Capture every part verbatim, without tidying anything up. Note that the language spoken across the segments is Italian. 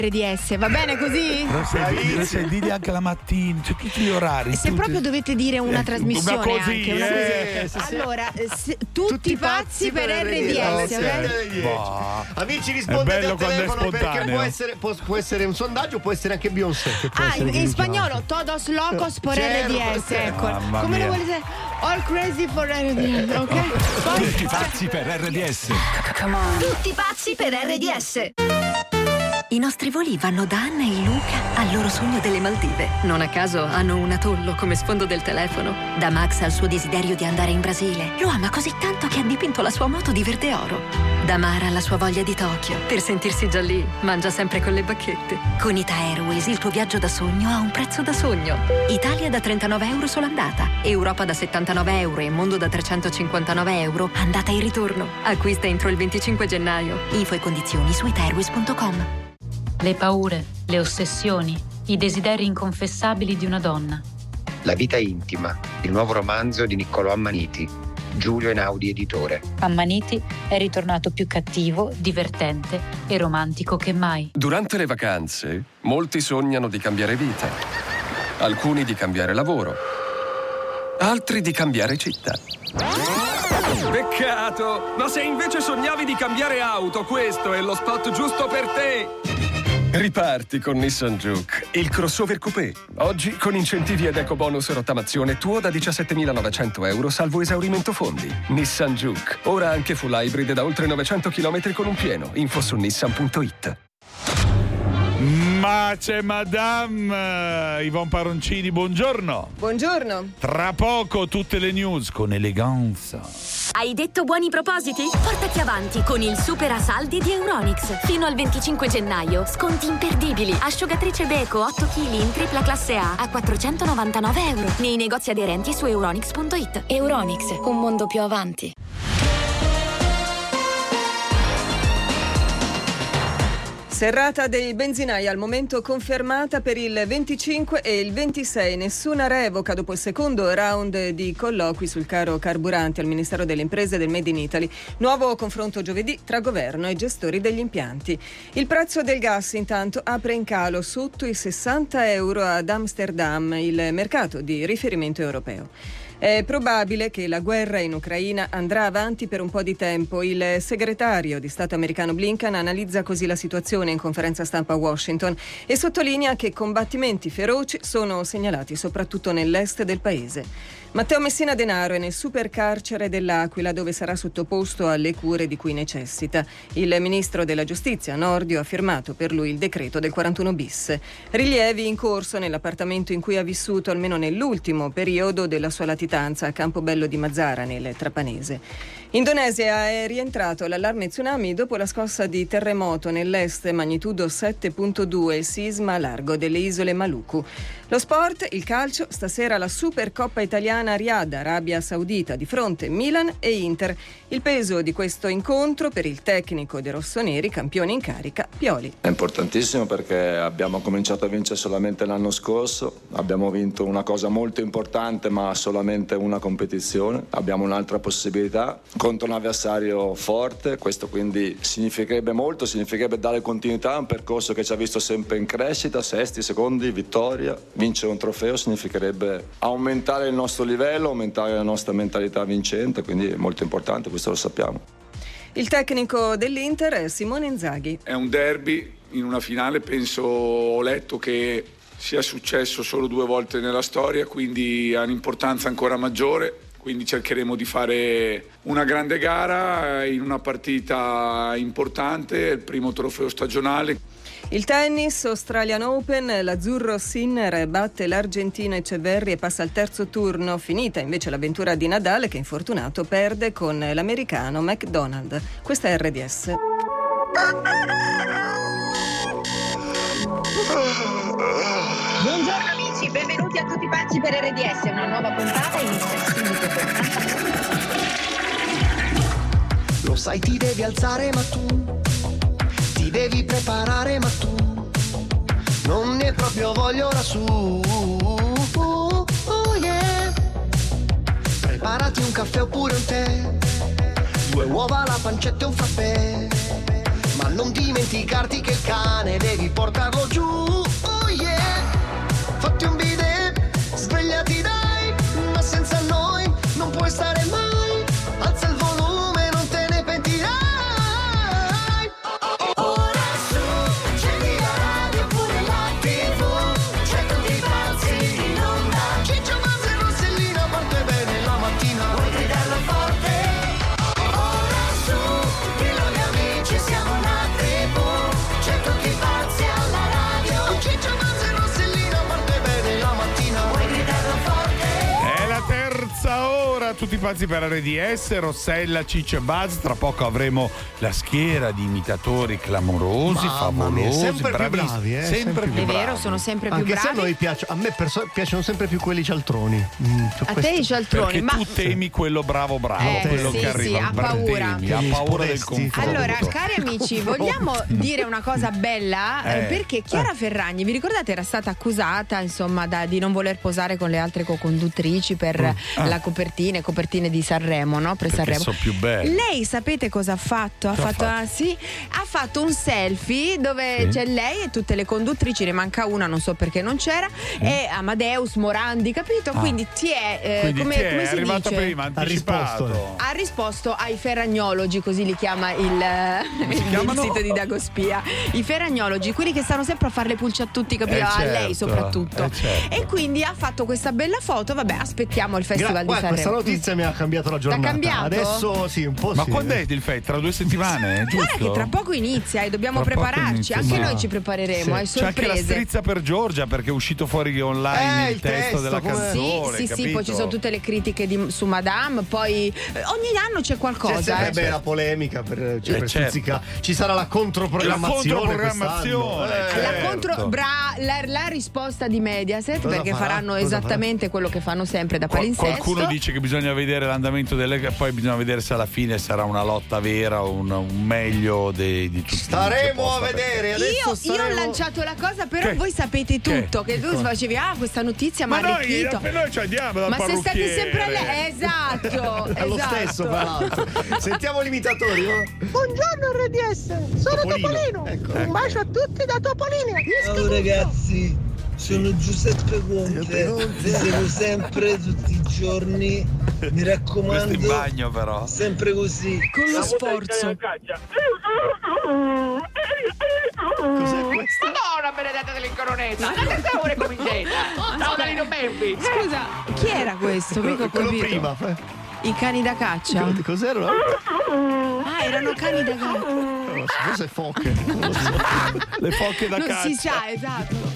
R D S, va bene così? Però se, se dite anche la mattina, c'è tutti gli orari. Se tutti... proprio dovete dire una eh, trasmissione una così, anche, una eh, così. sì, allora, se, tutti, tutti pazzi per, per R D S, okay. Boh. Amici, rispondete al telefono perché può essere, può, può essere un sondaggio, può essere anche Beyoncé. Ah, in, in spagnolo, todos locos por certo, R D S, ecco. Mamma Come mia. lo vuole dire? All crazy for R D S, ok? Poi, tutti pazzi per R D S. Tutti pazzi per R D S. I nostri voli vanno da Anna e Luca al loro sogno delle Maldive. Non a caso hanno un atollo come sfondo del telefono. Da Max al suo desiderio di andare in Brasile. Lo ama così tanto che ha dipinto la sua moto di verde oro. Da Mara alla sua voglia di Tokyo. Per sentirsi già lì, mangia sempre con le bacchette. Con Ita Airways il tuo viaggio da sogno ha un prezzo da sogno. Italia da trentanove euro sola andata. Europa da settantanove euro e Mondo da trecentocinquantanove euro andata e ritorno. Acquista entro il venticinque gennaio. Info e condizioni su ita airways punto com. Le paure, le ossessioni, i desideri inconfessabili di una donna. La vita intima, il nuovo romanzo di Niccolò Ammaniti, Giulio Einaudi editore. Ammaniti è ritornato più cattivo, divertente e romantico che mai. Durante le vacanze, molti sognano di cambiare vita. Alcuni di cambiare lavoro. Altri di cambiare città. Peccato! Ma se invece sognavi di cambiare auto, questo è lo spot giusto per te! Riparti con Nissan Juke, il crossover coupé. Oggi con incentivi ed ecobonus rottamazione tuo da diciassettemilanovecento euro salvo esaurimento fondi. Nissan Juke, ora anche full hybrid da oltre novecento chilometri con un pieno. Info su nissan punto it. Ma c'è Madame Ivon Paroncini, buongiorno. Buongiorno. Tra poco tutte le news con eleganza. Hai detto buoni propositi? Portati avanti con il super asaldi di Euronics. Fino al venticinque gennaio, sconti imperdibili. Asciugatrice Beko otto chili in tripla classe A a quattrocentonovantanove euro. Nei negozi aderenti e su euronics punto it. Euronics, un mondo più avanti. Serrata dei benzinai al momento confermata per il venticinque e il ventisei. Nessuna revoca dopo il secondo round di colloqui sul caro carburanti al Ministero delle Imprese del Made in Italy. Nuovo confronto giovedì tra governo e gestori degli impianti. Il prezzo del gas intanto apre in calo sotto i sessanta euro ad Amsterdam, il mercato di riferimento europeo. È probabile che la guerra in Ucraina andrà avanti per un po' di tempo. Il segretario di Stato americano Blinken analizza così la situazione in conferenza stampa a Washington e sottolinea che combattimenti feroci sono segnalati soprattutto nell'est del paese. Matteo Messina Denaro è nel supercarcere dell'Aquila, dove sarà sottoposto alle cure di cui necessita. Il ministro della Giustizia Nordio ha firmato per lui il decreto del quarantuno bis. Rilievi in corso nell'appartamento in cui ha vissuto almeno nell'ultimo periodo della sua latitanza a Campobello di Mazzara, nel Trapanese. Indonesia è rientrato l'allarme tsunami dopo la scossa di terremoto nell'est, magnitudo sette virgola due, sisma a largo delle isole Maluku. Lo sport, il calcio, stasera la Supercoppa italiana a Riyadh, Arabia Saudita, di fronte Milan e Inter. Il peso di questo incontro per il tecnico dei rossoneri, campione in carica, Pioli. È importantissimo perché abbiamo cominciato a vincere solamente l'anno scorso, abbiamo vinto una cosa molto importante ma solamente una competizione, abbiamo un'altra possibilità contro un avversario forte, questo quindi significherebbe molto, significherebbe dare continuità a un percorso che ci ha visto sempre in crescita, sesti, secondi, vittoria. Vincere un trofeo significherebbe aumentare il nostro livello, aumentare la nostra mentalità vincente, quindi è molto importante, questo lo sappiamo. Il tecnico dell'Inter è Simone Inzaghi. È un derby, in una finale penso, ho letto che sia successo solo due volte nella storia, quindi ha un'importanza ancora maggiore. Quindi cercheremo di fare una grande gara in una partita importante, il primo trofeo stagionale. Il tennis, Australian Open, l'azzurro Sinner batte l'argentino Eceverri e passa al terzo turno. Finita invece l'avventura di Nadal, che infortunato perde con l'americano McDonald. Questa è R D S. Buongiorno amici, benvenuti a Tutti Pazzi per R D S, una nuova puntata inizia subito con... Lo sai, ti devi alzare ma tu ti devi preparare ma tu non ne hai proprio voglia ora su. Oh, oh yeah. Preparati un caffè oppure un tè, due uova, la pancetta e un frappè. Ma non dimenticarti che il cane devi portarlo giù. Oh yeah. Fatti un bidet, svegliati dai, ma senza noi non puoi stare mai. Alza il volume, non te ne pentirai. Ora su, accendi la radio pure la tivù. C'è tutti i pazzi in onda. Ciccio, Buzz e Rossellina, parte bene la mattina. Vuoi gridarlo forte? Ora su, dillo agli amici, siamo una tribù. C'è tutti i pazzi alla radio. Ciccio, Buzz e Rossellina, parte bene la mattina. Vuoi gridarlo forte? È la terza ora, tutti pazzi per R D S, Rossella, Ciccio e Buzz. Tra poco avremo la schiera di imitatori clamorosi, Mamma mia, favolosi, sempre più bravissimi, bravi, eh, sempre, sempre più più È bravi. vero, sono sempre più Anche bravi. se a noi piace, a me perso- piacciono sempre più quelli cialtroni. Mm, su A questo- te i cialtroni, Perché ma tu temi quello bravo bravo, Eh, quello sì, che arriva, sì, ha paura. Temi, ha paura del confronto. allora, cari amici, vogliamo dire una cosa bella? Eh, Eh. perché Chiara Ferragni, vi ricordate, era stata accusata, insomma, da- di non voler posare con le altre co-conduttrici per Ah. la copertina, copertine di Sanremo, no? Per Perché Sanremo. so più belle. Lei sapete cosa ha fatto? Ha Che ha fatto, fatto? ah, sì, ha fatto un selfie dove Sì. c'è lei e tutte le conduttrici, ne manca una, non so perché non c'era, e Amadeus, Morandi, capito? Ah. Quindi ti è, eh, Quindi come, ti è come si arrivata dice? prima, Ha risposto. anticipato. Ha risposto ai ferragnologi, così li chiama il, il, il chiamano? sito di Dagospia. I ferragnologi, quelli che stanno sempre a fare le pulce a tutti, capito? Eh, a certo, lei soprattutto. eh, certo. E quindi ha fatto questa bella foto. Vabbè, aspettiamo il Festival Gra- di guarda, Sanremo. questa notizia mi ha cambiato la giornata. cambiato? Adesso sì, un po' Ma sì. quando è il fe? Tra due settimane, giusto? Guarda che tra poco inizia e dobbiamo Tra poco prepararci. inizia, Anche ma- noi ci prepareremo, Sì. ai C'è anche la sorprese. strizza per Giorgia, perché è uscito fuori online Eh, il, il testo, testo, della come- canzone. Sì, sì, sì, capito? poi ci sono tutte le critiche di- su Madame, poi eh, ogni anno c'è qualcosa. C'è sempre eh. beh, la polemica per, cioè, Eh, per certo. stuzzica. Ci sarà la controprogrammazione. La controprogrammazione, quest'anno. Eh, La, certo. contro- bra- la, la risposta di Mediaset, Cosa perché farà? faranno Cosa esattamente quello che fanno sempre da Qual- palinsesto. qualcuno dice che bisogna vedere l'andamento delle e poi bisogna vedere se alla fine sarà una lotta vera o un, un meglio dei- di tutti. Staremo a Posta, vedere. Adesso Io, io ho staremo- lanciato la cosa, però Che? voi sapete tutto. Che, Che? tu facevi, ah, questa notizia mi Ma ha noi, arricchito. noi ci andiamo dal Ma sei stati parrucchiere. sempre a lei. Esatto. È lo esatto. stesso, tra l'altro. Sentiamo l'imitatori, va? Buongiorno R D S, sono Topolino. Topolino. Ecco. Un bacio a tutti da Topolino. Ciao ragazzi, sono Giuseppe Conte, vi seguo sempre tutti i giorni, mi Questo in raccomando, bagno però. sempre così. Con lo sforzo. Cos'è questo? Madonna benedetta dell'incoronetta! Da che sei ore cominciata? Ciao Danilo Bambi! Scusa, chi era questo? Mica ho Quello capito. prima. eh. I cani da caccia? Cos'erano? Ah, erano cani da caccia. Non lo so, forse foche. Non lo so. Le foche da Non caccia. si sa, esatto.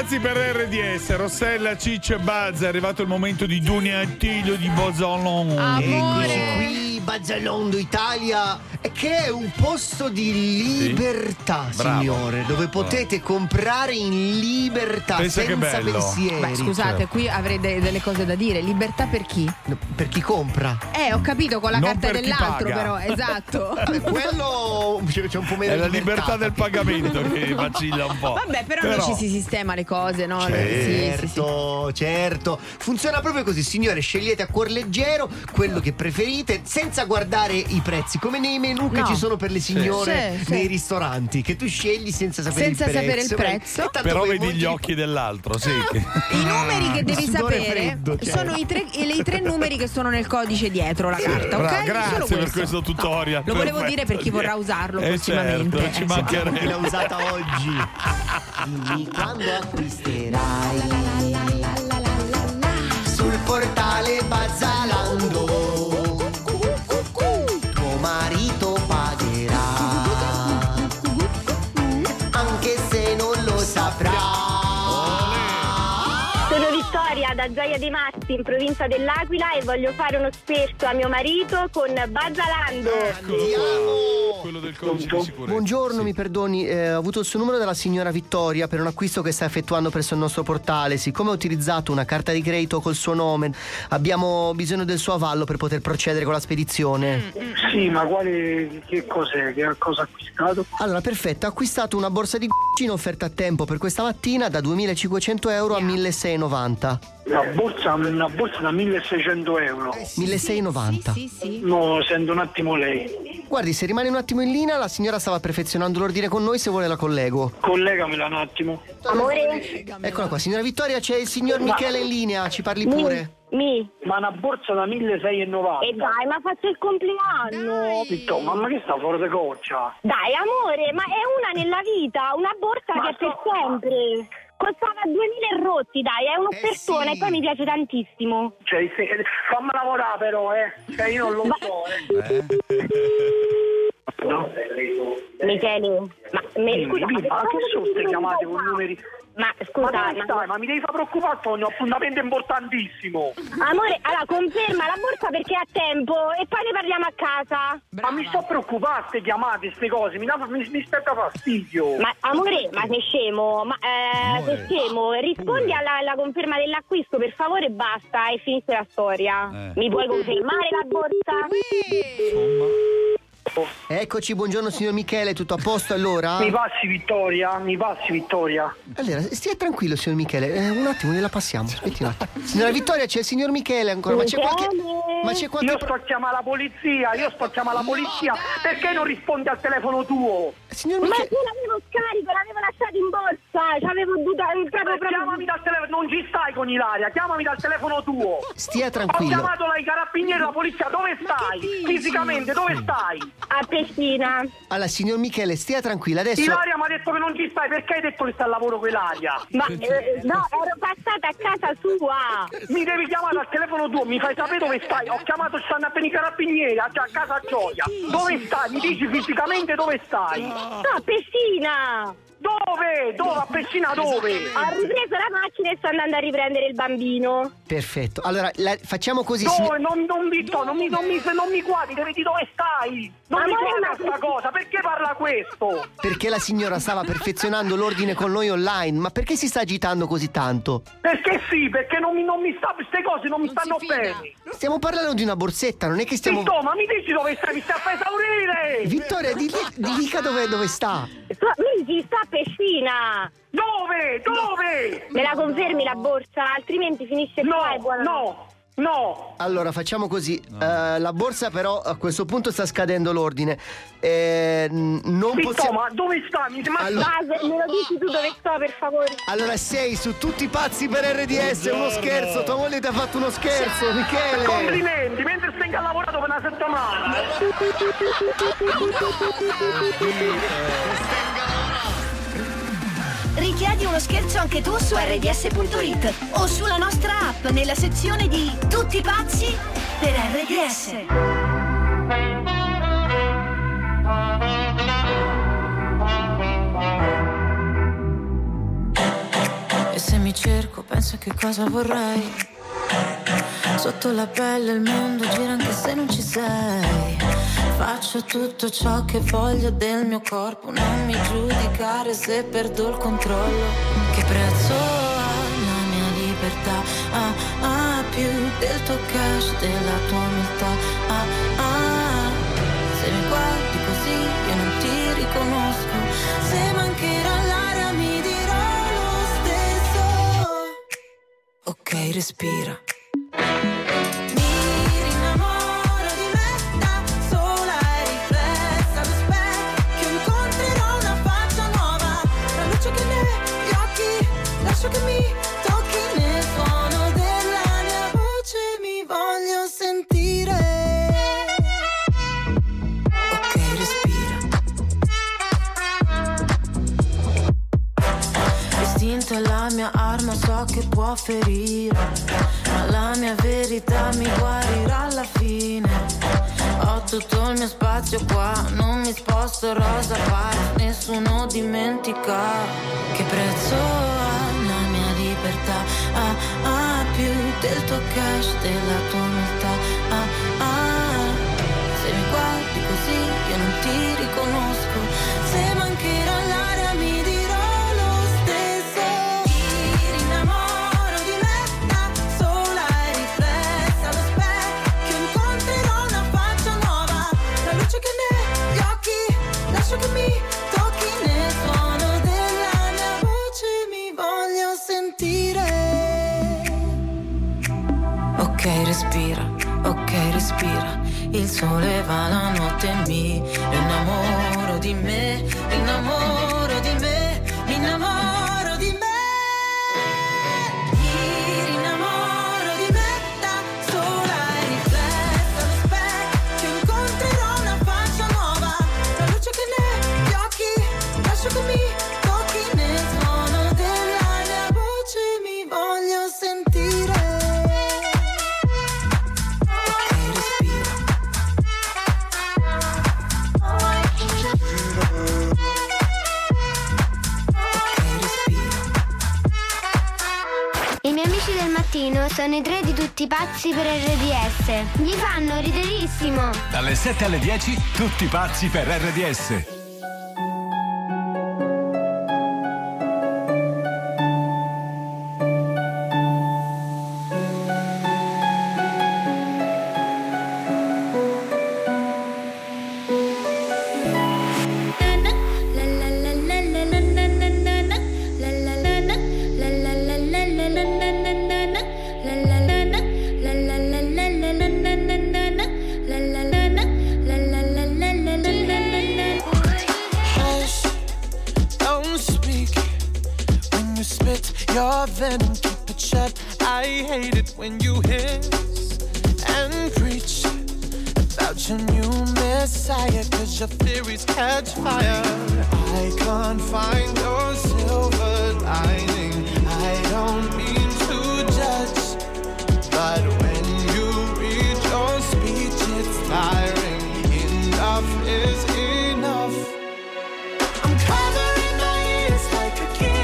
pazzi per R D S, Rossella, Ciccio e Buzz. È arrivato il momento di Duniattilio di Bozzolon. Eccoci qui, Bazzalondo Italia, che è un posto di libertà, sì, signore, dove potete comprare in libertà. Pensa senza che bello. pensieri. Beh, scusate, cioè. qui avrei de- delle cose da dire. Libertà per chi? Per chi compra. Eh, ho capito, con la Non carta per chi dell'altro, paga. però, esatto. Vabbè, quello c'è un po' meno È la libertà. libertà del pagamento che vacilla un po'. Vabbè, però, non ci si sistema le cose, no? Certo, Sì, sì, sì. certo. Funziona proprio così, signore. Scegliete a cuor leggero quello che preferite senza guardare i prezzi, come nei menù che No. ci sono per le signore Sì, sì. nei ristoranti, che tu scegli senza sapere Senza il prezzo. sapere il prezzo. E tanto Però poi vedi molti- gli occhi dell'altro, sì. che- I numeri che devi Sudore sapere freddo, certo. sono i tre, i tre numeri che sono nel codice dietro la carta, Bra- ok? grazie Solo per questo tutorial. Lo volevo perfetto. dire per chi vorrà usarlo Eh, prossimamente. certo, ci Eh, Chi mancherebbe. l'ha usata oggi? Dimmi quando acquisterai sul portale Bazzalando, tuo marito pagherà, anche se non lo saprà. Sono Vittoria da Gioia dei Matti in provincia dell'Aquila e voglio fare uno scherzo a mio marito con Bazzalando. Quello del codice di sicurezza. Buongiorno, mi perdoni, eh, ho avuto il suo numero dalla signora Vittoria per un acquisto che sta effettuando presso il nostro portale. Siccome ho utilizzato una carta di credito col suo nome, abbiamo bisogno del suo avallo per poter procedere con la spedizione. Sì, ma quale, che cos'è? Che cosa ha acquistato? Allora, perfetto, ho acquistato una borsa di Gucci in offerta a tempo per questa mattina da duemilacinquecento euro a milleseicentovananta. Una borsa, una borsa da milleseicento euro. milleseicentovananta. Sì, sì. No, sento un attimo lei. Guardi, se rimane un attimo in linea, la signora stava perfezionando l'ordine con noi, se vuole la collego. Collegamela un attimo. Amore? Eccola qua, signora Vittoria, c'è il signor Michele in linea, ci parli pure. Mi. Ma una borsa da milleseicentonovanta. E dai, ma faccio il compleanno. Vitto, mamma che sta fuori di coccia? Dai, amore, ma è una nella vita, una borsa Ma che è per so- sempre. Costava duemila e rotti, dai, è un'offertona sì. e poi mi piace tantissimo. Cioè, se, fammi lavorare però, eh. Cioè, io non lo so, eh. No? Michele, ma me, Dimmi, scusa, dimmi, ma che sono queste chiamate con numeri? Ma Ma scusa, dove ma- stai? Ma mi devi far preoccupare, ho un appuntamento importantissimo. amore, allora conferma la borsa perché è a tempo e poi ne parliamo a casa. Ma mi sto preoccupando, ste chiamate, ste cose, mi, dà, mi, mi spetta fastidio. Ma amore, ma sei scemo? Ma eh, sei scemo? Rispondi alla, alla conferma dell'acquisto, per favore, basta e finisce la storia. Eh. Mi puoi confermare la borsa? Eccoci, buongiorno signor Michele, tutto a posto allora? Mi passi Vittoria, mi passi Vittoria. Allora, stia tranquillo signor Michele, eh, un attimo gliela passiamo, aspetti un attimo. Signora Vittoria, c'è il signor Michele ancora, ma c'è qualche... Ma c'è qualche... Io sto a chiamare la polizia, io sto a chiamare la polizia. Perché non rispondi al telefono tuo? Signor Ma Michele... io l'avevo scarico, l'avevo lasciato in borsa, c'avevo dovuto proprio proprio. Chiamami dal telefono, non ci stai con Ilaria, chiamami dal telefono tuo. Stia Ho tranquillo. chiamato la i carabinieri, la polizia, dove stai? Fisicamente, dove stai? A Pestina. Allora, signor Michele, stia tranquillo, adesso... Ilaria mi ha detto che non ci stai, perché hai detto che stai al lavoro con Ilaria? Ma eh, no, ero passata a casa sua. Mi devi chiamare al telefono tuo, mi fai sapere dove stai. Ho chiamato, stanno appena i carabinieri, a a casa Gioia. Dove stai? Mi dici fisicamente dove stai? No, a Pestina. Dove? Dove? A Pessina dove? Ho ripreso la macchina e sto andando a riprendere il bambino. Perfetto, allora la- facciamo così... Dove? signor- Non, non, mi, non, mi, non, mi, non mi guardi, devi dire dove stai. Non mi Ma guarda ma- questa cosa, perché parla questo? Perché la signora stava perfezionando l'ordine con noi online, ma perché si sta agitando così tanto? Perché sì, perché non mi, non mi sta, queste cose non mi stanno bene. Stiamo parlando di una borsetta, non è che stiamo... Vittoria, ma mi dici dove stai? Mi stai a far esaurire! Vittoria, di, di dica dove, dove sta. Mi dici, sta a Pestina. Dove? Dove? Me la confermi la borsa, altrimenti finisce qua e No, buona. no, no. Allora, facciamo così. Eh, la borsa però a questo punto sta scadendo l'ordine. Eh, n- non Vittoria, possiamo... ma dove stai? Mi ma Allora- Base, me lo dici tu dove sto, per favore? Allora, sei su tutti i pazzi per R D S, è uno scherzo. Tua moglie ti ha fatto uno scherzo, Michele. Complimenti, mentre stai a lavorato per una settimana. Richiedi uno scherzo anche tu su R D S punto it o sulla nostra app nella sezione di Tutti pazzi per R D S. E se mi cerco penso che cosa vorrei. Sotto la pelle il mondo gira anche se non ci sei. Faccio tutto ciò che voglio del mio corpo. Non mi giudicare se perdo il controllo. Che prezzo ha la mia libertà? Ah, ah, più del tuo cash, della tua umiltà. Ah, ah, se mi guardi così io non ti riconosco. Se mancherà l'aria mi dirò lo stesso. Ok, respira. Lascio che mi tocchi nel suono della mia voce, mi voglio sentire. Ok, respira. L'istinto è la mia arma, so che può ferire, ma la mia verità mi guarirà alla fine. Ho tutto il mio spazio qua, non mi sposto rosa pazza, nessuno dimentica che prezzo ha la mia libertà. Ah, ah, più del tuo cash, della tua umiltà. Ah, ah, se mi guardi così io non ti riconosco. Se mancherà l'aria mi dirò lo stesso. Mi rinnamoro di me da sola e riflessa allo specchio. Incontrerò una faccia nuova, la luce che negli occhi. Lascio che mi tocchi nel suono della mia voce, mi voglio sentire. Ok, respira, ok, respira. Il sole va, la notte mi innamoro di me, innamoro di me, innamoro di me. Mi rinnamoro di me da sola e riflessa allo specchio. Incontrerò una faccia nuova, la luce che negli occhi. Lascio che mi tocchi nel suono della mia voce, mi voglio sentire. I miei amici del mattino sono i tre di tutti pazzi per R D S. Mi fanno riderissimo. Dalle sette alle dieci, tutti pazzi per R D S. Your venom, keep it shut. I hate it when you hiss and preach about your new messiah, cause your theories catch fire. I can't find your silver lining. I don't mean to judge, but when you read your speech it's tiring. Enough is enough. I'm covering my ears like a kid.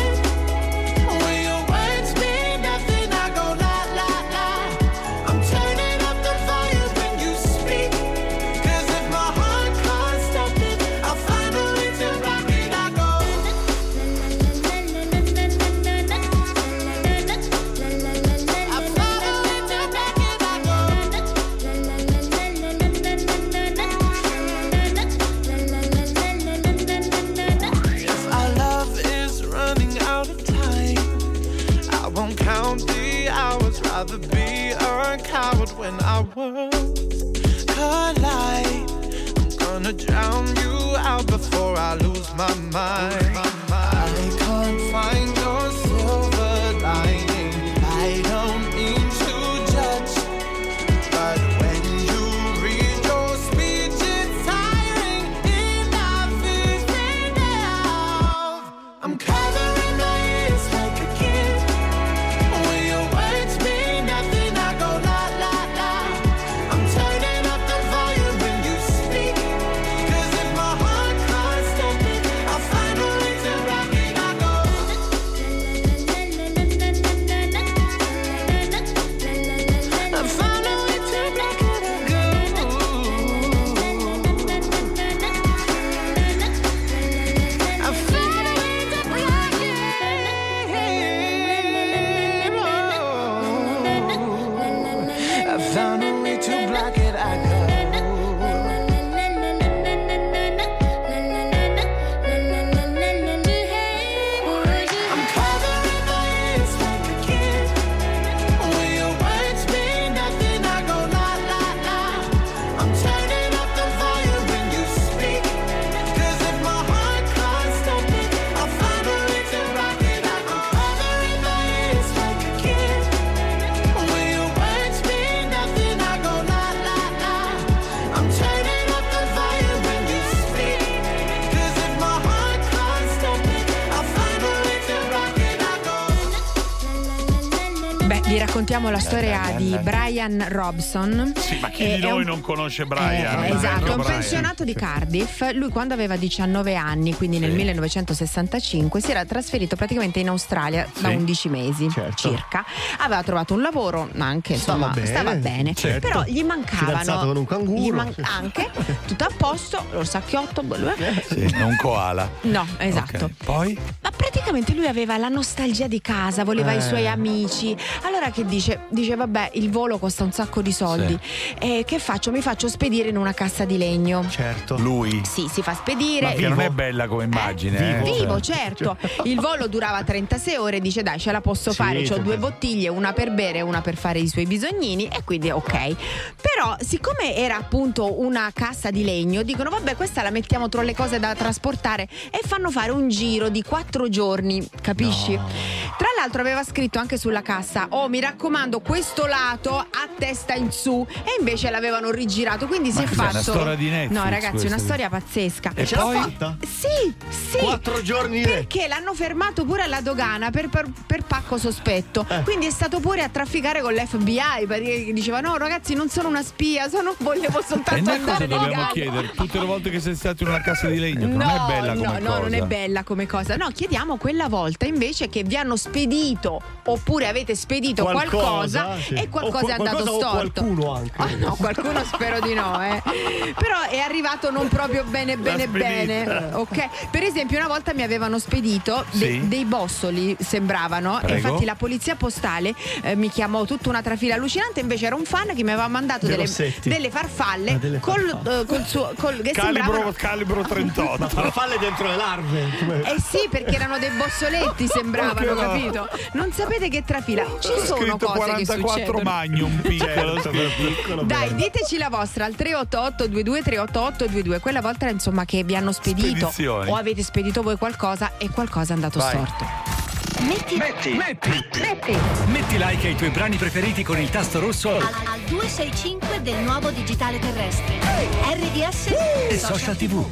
Rather be a coward when our worlds collide. I'm gonna drown you out before I lose my mind. I can't find your silver lining. I don't mean to judge, but when you read your speech it's tiring. Enough is enough. I'm covering my ears like a kid. When your words mean nothing, I go la la la. I'm turning up the volume when you speak, cause if my heart can't stop it, I'll find a reason right. I go Vi raccontiamo la storia di Brian Robson. Sì, ma chi Eh, di è noi un- non conosce Brian? Eh, esatto, è un Brian. pensionato di Cardiff. Lui quando aveva diciannove anni, quindi nel millenovecentosessantacinque, si era trasferito praticamente in Australia da Sì. undici mesi Certo. circa. Aveva trovato un lavoro, anche insomma Stava bene. stava bene. Certo. Però gli mancavano Fidanzato con un canguro. gli man- anche tutto a posto, lo sacchiotto, quello è. Sì, non koala. No, esatto. Ok, poi? Ma praticamente lui aveva la nostalgia di casa, voleva Eh. i suoi amici. Allora che dice? Dice vabbè, il volo costa un sacco di soldi. E che faccio? Mi faccio spedire in una cassa di legno. Certo. Lui. Sì, si fa spedire. Ma che non è bella come immagine. eh. Vivo, certo. Il volo durava trentasei ore, dice dai, ce la posso Sì, fare, ho certo. due bottiglie, una per bere e una per fare i suoi bisognini e quindi ok. Però siccome era appunto una cassa di legno, dicono vabbè, questa la mettiamo tra le cose da trasportare e fanno fare un giro di quattro giorni, capisci? Tra l'altro aveva scritto anche sulla cassa: oh, mi raccomando, questo lato a testa in su, e invece l'avevano rigirato, quindi si Ma è cos'è, fatto una storia di Netflix No, ragazzi, questa? una storia pazzesca. E Ce l'ha poi? fatta? Sì, sì. Quattro giorni di- Perché l'hanno fermato pure alla dogana per, per, per pacco sospetto. Eh. Quindi è stato pure a trafficare con l'F B I, perché diceva no ragazzi, non sono una spia, sono, volevo E soltanto noi cosa andare in dobbiamo Ghana. chiedere? Tutte le volte che sei stato in una cassa di legno, che No, non è bella come no, cosa. no, non è bella come cosa. No, chiediamo quella volta invece che vi hanno spedito oppure avete spedito qualcosa, Qualcosa, sì. e qualcosa O è andato qualcosa o storto. qualcuno anche. Ah, no, qualcuno spero di no, eh. Però è arrivato non proprio bene bene spedita. bene. Ok. Per esempio, una volta mi avevano spedito de- Sì. dei bossoli, sembravano. E Prego. infatti la polizia postale eh, mi chiamò tutta una trafila allucinante. Invece era un fan che mi aveva mandato Dei delle, rossetti. delle farfalle Ah, delle col, eh, col suo col, che Calibro, sembravano. calibro trentotto. Farfalle dentro le larve. Eh sì, perché erano dei bossoletti, sembravano, Perché no? capito? Non sapete che trafila. Ci Ho sono scritto cose che quarantaquattro succedono. Magnum piccolo. Piccolo, Dai, bello. diteci la vostra al tre otto otto due due tre otto otto due due. Quella volta insomma che vi hanno spedito Spedizioni. o avete spedito voi qualcosa e qualcosa è andato Vai. storto. Metti, Metti, metti, metti metti like ai tuoi brani preferiti con il tasto rosso al, al duecentosessantacinque del nuovo digitale terrestre. R D S e Social tivù.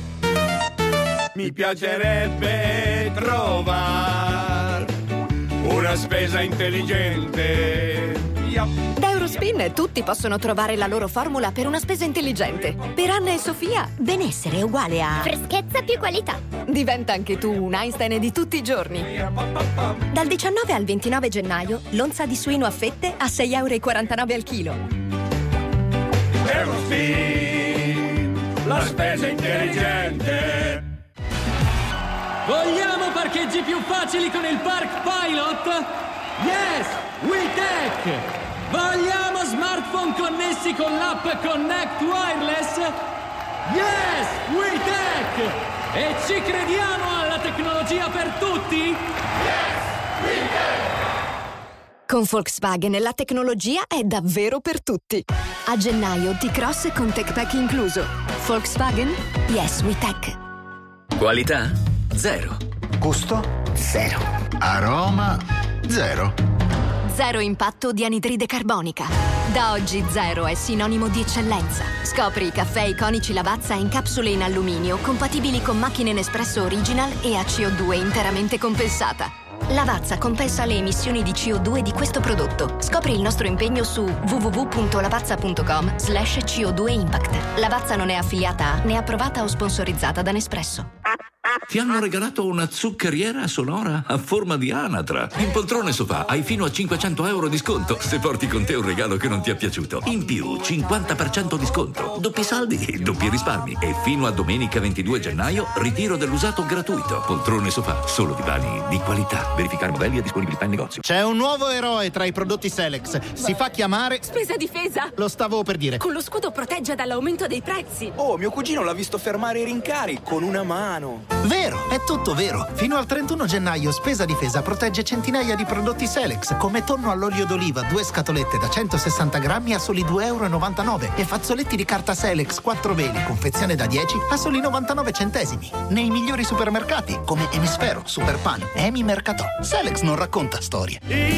Mi piacerebbe trovare una spesa intelligente. Da Eurospin tutti possono trovare la loro formula per una spesa intelligente. Per Anna e Sofia, benessere è uguale a Freschezza più qualità. diventa anche tu un Einstein di tutti i giorni. Dal diciannove al ventinove gennaio, l'onza di suino a fette a sei virgola quarantanove euro al chilo. Eurospin, la spesa intelligente. Vogliamo parcheggi più facili con il Park Pilot? Yes! WeTech! Vogliamo smartphone connessi con l'app Connect Wireless? Yes! WeTech! E ci crediamo alla tecnologia per tutti? Yes! WeTech! Con Volkswagen la tecnologia è davvero per tutti. A gennaio T-Cross con TechPack incluso. Volkswagen? Yes, WeTech. Qualità? Zero. Gusto? Zero. Aroma? Zero. Zero impatto di anidride carbonica. Da oggi zero è sinonimo di eccellenza. Scopri i caffè iconici Lavazza in capsule in alluminio compatibili con macchine Nespresso Original e a C O due interamente compensata. Lavazza compensa le emissioni di C O due di questo prodotto. Scopri il nostro impegno su w w w punto lavazza punto com slash C O due impact. Lavazza non è affiliata a né approvata o sponsorizzata da Nespresso. Ti hanno regalato una zuccheriera sonora a forma di anatra. In poltrone sofà hai fino a cinquecento euro di sconto se porti con te un regalo che non ti è piaciuto. In più, cinquanta per cento di sconto. Doppi saldi e doppi risparmi. E fino a domenica ventidue gennaio, ritiro dell'usato gratuito. Poltrone sofà, solo divani di qualità. Verificare modelli e disponibilità in negozio. C'è un nuovo eroe tra i prodotti Selex. Si fa chiamare... Spesa difesa! Lo stavo per dire. Con lo scudo protegge dall'aumento dei prezzi. Oh, mio cugino l'ha visto fermare i rincari con una mano. Vero, è tutto vero. Fino al trentuno gennaio Spesa Difesa protegge centinaia di prodotti Selex, come tonno all'olio d'oliva, due scatolette da centosessanta grammi a soli due virgola novantanove euro e fazzoletti di carta Selex quattro veli, confezione da dieci a soli novantanove centesimi. Nei migliori supermercati come Emisfero, Superpan, Emi Mercatò. Selex non racconta storie.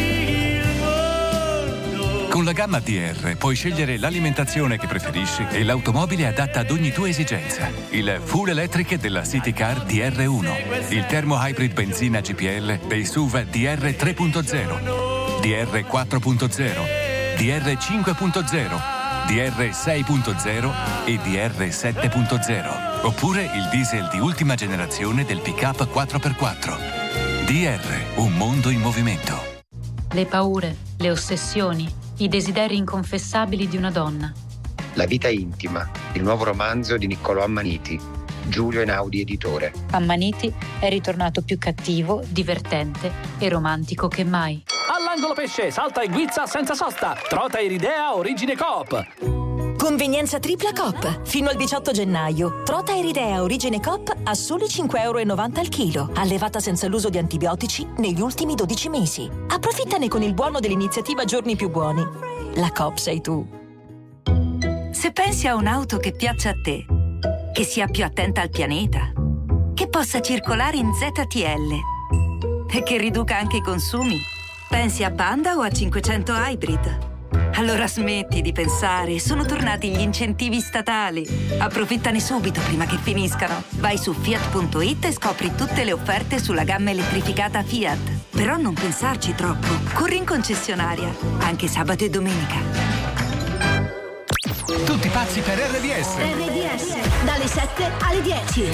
Con la gamma D R puoi scegliere l'alimentazione che preferisci e l'automobile adatta ad ogni tua esigenza. Il full electric della City Car D R uno, il termo hybrid benzina G P L dei S U V D R tre punto zero, D R quattro punto zero, D R cinque punto zero, D R sei punto zero e D R sette punto zero. Oppure il diesel di ultima generazione del pick-up quattro per quattro. D R, un mondo in movimento. Le paure, le ossessioni, i desideri inconfessabili di una donna. La vita intima, il nuovo romanzo di Niccolò Ammaniti. Giulio Einaudi editore. Ammaniti è ritornato più cattivo, divertente e romantico che mai. All'angolo pesce, salta e guizza senza sosta. Trota Iridea Origine Coop. Convenienza tripla Coop. Fino al diciotto gennaio. Trota Iridea Origine Coop a soli cinque virgola novanta euro al chilo. Allevata senza l'uso di antibiotici negli ultimi dodici mesi. Approfittane con il buono dell'iniziativa Giorni Più Buoni. La Coop sei tu. Se pensi a un'auto che piaccia a te, che sia più attenta al pianeta, che possa circolare in Z T L e che riduca anche i consumi, pensi a Panda o a cinquecento Hybrid? Allora smetti di pensare, sono tornati gli incentivi statali. Approfittane subito prima che finiscano. Vai su fiat punto it e scopri tutte le offerte sulla gamma elettrificata Fiat. Però non pensarci troppo, corri in concessionaria, anche sabato e domenica. Tutti pazzi per R D S. R D S, dalle sette alle dieci.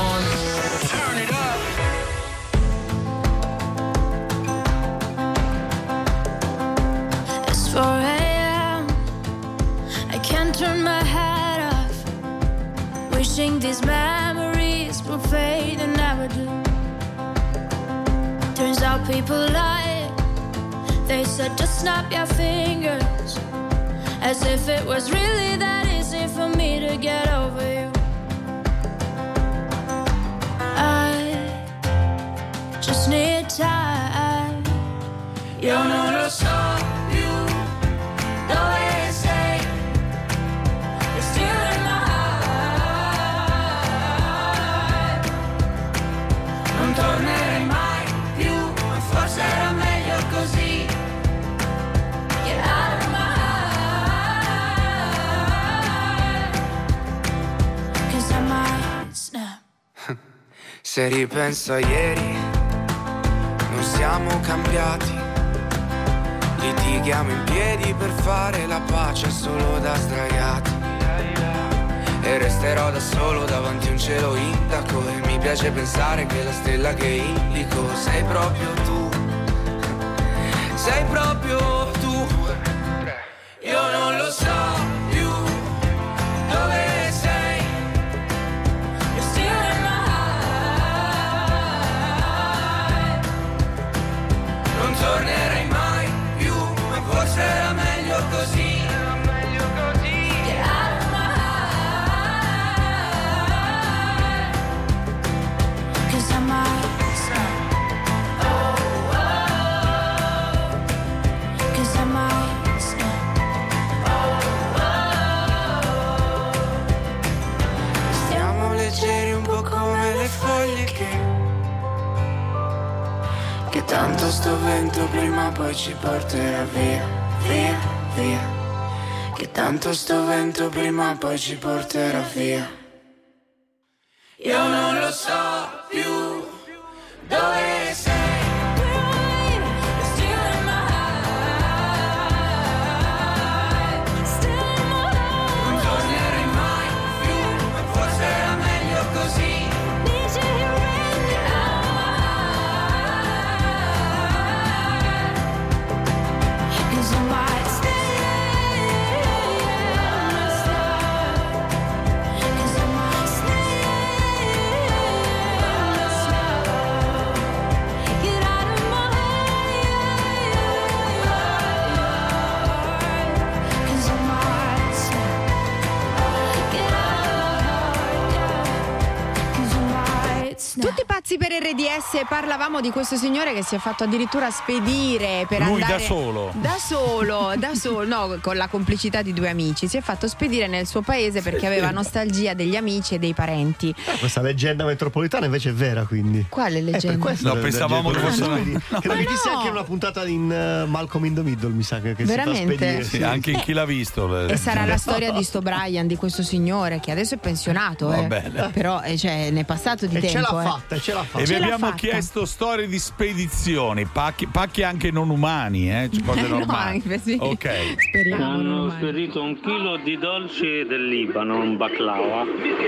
It's four a.m. I can't turn my head off. Wishing these memories will fade and never do. Turns out people lie. They said just snap your fingers. As if it was really that easy for me to get over you. I just need time. Io non lo so più dove sei. You're still in my heart. Non tornerei mai più, ma forse era meglio così. Get out of my Se ripenso a ieri, non siamo cambiati. Litighiamo in piedi per fare la pace solo da sdraiati. E resterò da solo davanti a un cielo indaco. E mi piace pensare che la stella che indico sei proprio tu. Sei proprio tu. Io non lo so più dove tornerei mai più, ma forse era meglio così. Era meglio così. Get out of my heart. 'Cause I might snap. Oh, oh. 'Cause I might snap. Oh, oh. Stiamo leggeri un po' come le foglie che Che tanto sto vento prima o poi ci porterà via, via, via. Che tanto sto vento prima o poi ci porterà via. Io non lo so più dove sei. Non tornerei mai più, ma forse era meglio così. Tutti pazzi per R D S. Parlavamo di questo signore che si è fatto addirittura spedire per Lui andare da solo da solo da solo no, con la complicità di due amici. Si è fatto spedire nel suo paese perché aveva nostalgia degli amici e dei parenti. Ah, questa leggenda metropolitana invece è vera, quindi. Quale leggenda? Eh, per questo No, pensavamo che fosse una. una- Che la Ma vedi no. anche in una puntata in uh, Malcolm in the Middle, mi sa che, che si Veramente? fa spedire. Sì, anche in chi l'ha visto. E sarà la storia di sto Brian, di questo signore che adesso è pensionato, Va eh. bene. Però eh, cioè, ne è passato di E tempo. ce l'ha eh. fatta, e ce l'ha fatta. E vi l'ha abbiamo fatta. chiesto storie di spedizioni, pacchi, pacchi anche non umani, eh? Cioè, cose No, normali. anche sì. Ok. Speriamo. Hanno spedito un chilo di dolci del Libano, un baklava.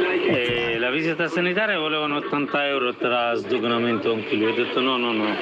E la visita sanitaria volevano ottanta euro tra sdoganamento e un chilo. Ho detto no, no, no.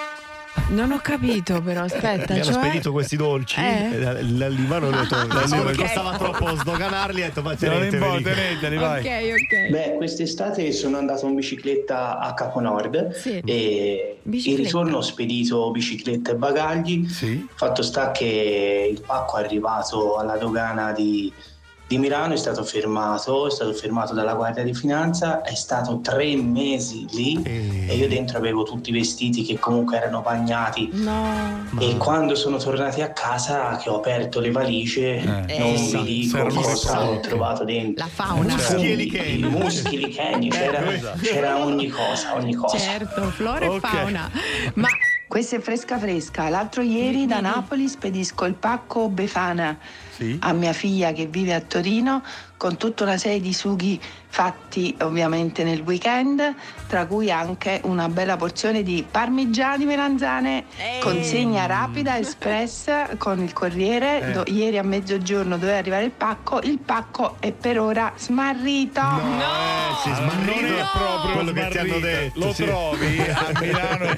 Non ho capito però, aspetta. Mi hanno cioè... spedito questi dolci Eh? e dal dal Libano ho detto Ah, dal Libano ok. costava troppo sdoganarli, ho detto ma Non importa, teneteveli. teneteli, vai. Ok, ok. Beh, quest'estate sono andato in bicicletta a Caponord Sì. e Bicicletta. in ritorno ho spedito bicicletta e bagagli. Fatto sta che il pacco è arrivato alla dogana di, di Milano, è stato fermato, è stato fermato dalla Guardia di Finanza, è stato tre mesi lì e io dentro avevo tutti i vestiti che comunque erano bagnati. No. E quando sono tornati a casa, che ho aperto le valigie, non Eh, vi dico servono cosa le ho trovato dentro. La fauna. Muschili Kenny, muschili Kenny, c'era, c'era ogni cosa, ogni cosa. Certo, flora e Ok. fauna. Ma Questa è fresca fresca. L'altro ieri da Napoli spedisco il pacco Befana a mia figlia che vive a Torino con tutta una serie di sughi fatti ovviamente nel weekend, tra cui anche una bella porzione di parmigiani melanzane, consegna rapida espress con il corriere. Eh. Do- ieri a mezzogiorno doveva arrivare il pacco, il pacco è per ora smarrito. Eh, sì, smarrito Non è proprio quello che ti hanno smarrito. detto. Lo sì. trovi a Milano?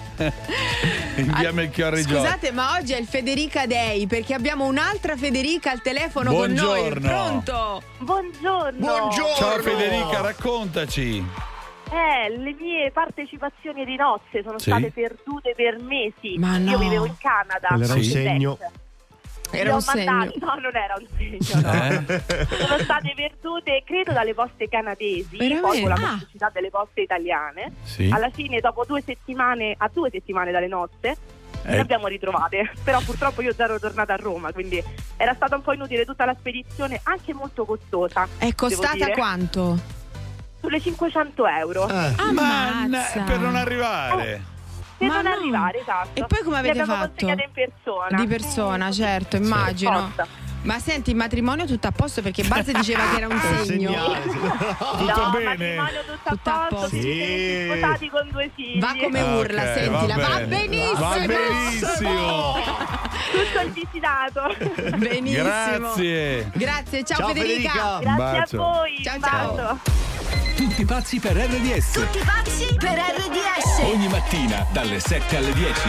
Inviamo il Chiorri Gio. scusate, ma oggi è il Federica Day perché abbiamo un'altra Federica al telefono con noi. Buongiorno. Pronto? Buongiorno. Ciao Federica, raccontaci. Eh, le mie partecipazioni di nozze sono Sì. state perdute per mesi. Ma no. Io vivevo in Canada. Quello era un Sì. segno. Era Le ho un segno. mandate- No, non era un segno, no. Eh? Sono state perdute, credo, dalle poste canadesi, Veramente? poi con la Ah. complicità delle poste italiane. Sì. Alla fine, dopo due settimane, a due settimane dalle nozze, Eh. le abbiamo ritrovate. Però purtroppo io già ero tornata a Roma, quindi era stata un po' inutile tutta la spedizione, anche molto costosa. È devo costata dire. quanto? Sulle cinquecento euro. Ammazza. Per non arrivare. Per Ma non no. arrivare, esatto. E poi come avete Le abbiamo fatto? consegnate in persona. Di persona, certo, immagino. Forza. Ma senti, il matrimonio tutto a posto perché Buzz diceva che era un segno. Tutto no, bene? matrimonio tutto a Tutto a posto, posto. si Sì. sono sposati con due figli. Va come Ah, urla, ok, sentila, va, bene. benissimo. Va benissimo. Tutto anticipato. Benissimo. Grazie. Grazie, ciao, Ciao, Federica. Federica. Grazie bacio. a voi. Ciao, un ciao. bacio. Tutti pazzi per R D S. Tutti pazzi per R D S. Ogni mattina dalle sette alle dieci.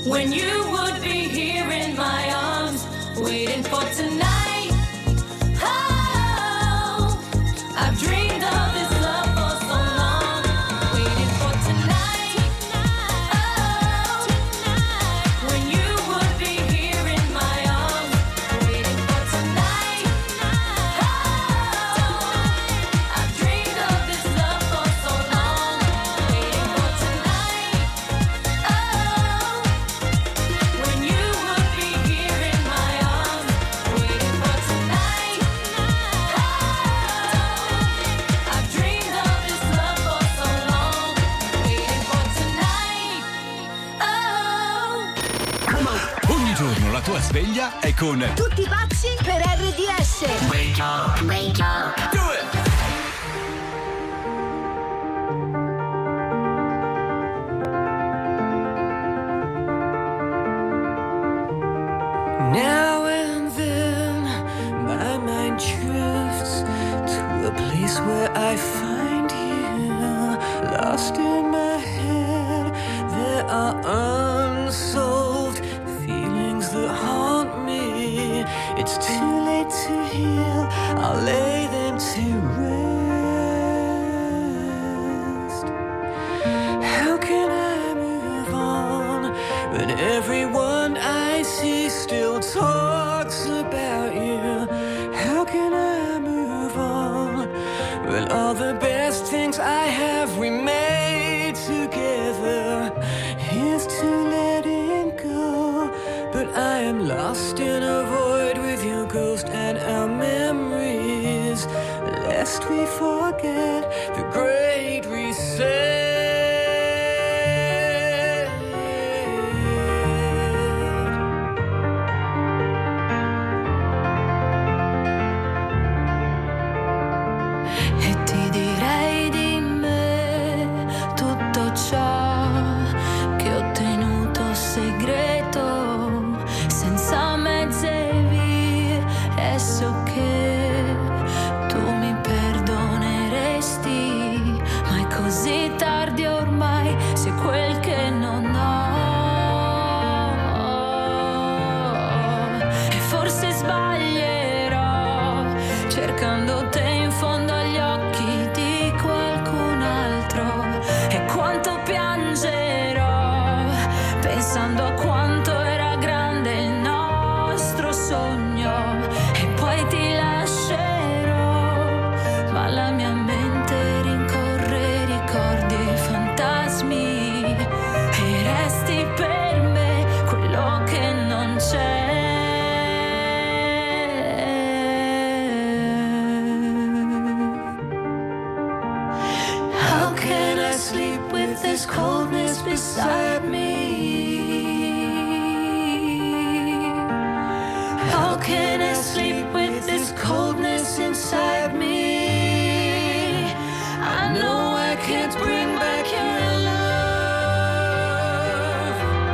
when you would be here in my arms, waiting for tonight. Oh, I've dreamed of this love for so long, waiting for tonight. Oh, when you would be here in my arms, waiting for tonight. Oh, I've dreamed of this love for so long, waiting for tonight. Oh, when you would be here in my arms, waiting for tonight. Oh, I've dreamed of this love for so long, waiting for tonight. Oh. Ogni giorno la tua sveglia è con Tutti pazzi per R D S. Wake up, wake up. Do it. Now and then, my mind drifts to a place where I find you, lost in my head. There are unsolved feelings that haunt me. It's too late to heal, I'll lay them to rest. How can I move on when everyone I see still talks about you? How can I move on when all the best things I have we made together? Here's to letting go, but I am lost in a void with your ghost and our memories, lest we forget the great reset. E ti direi di me tutto ciò che ho tenuto segreto, senza mezze vie, e so che tu mi perdoneresti, ma è così tardi ormai, se quel che non ho, e forse sbaglierò cercando te in fondo agli occhi di qualcun altro, e quanto piangerò pensando a quanto era grande il nostro sogno, e poi ti lascerò, ma la mia mente rincorre ricordi e fantasmi, e resti per me quello che non c'è. How can I sleep with this coldness beside me? How can I sleep with this coldness inside me? I know I can't bring back your love.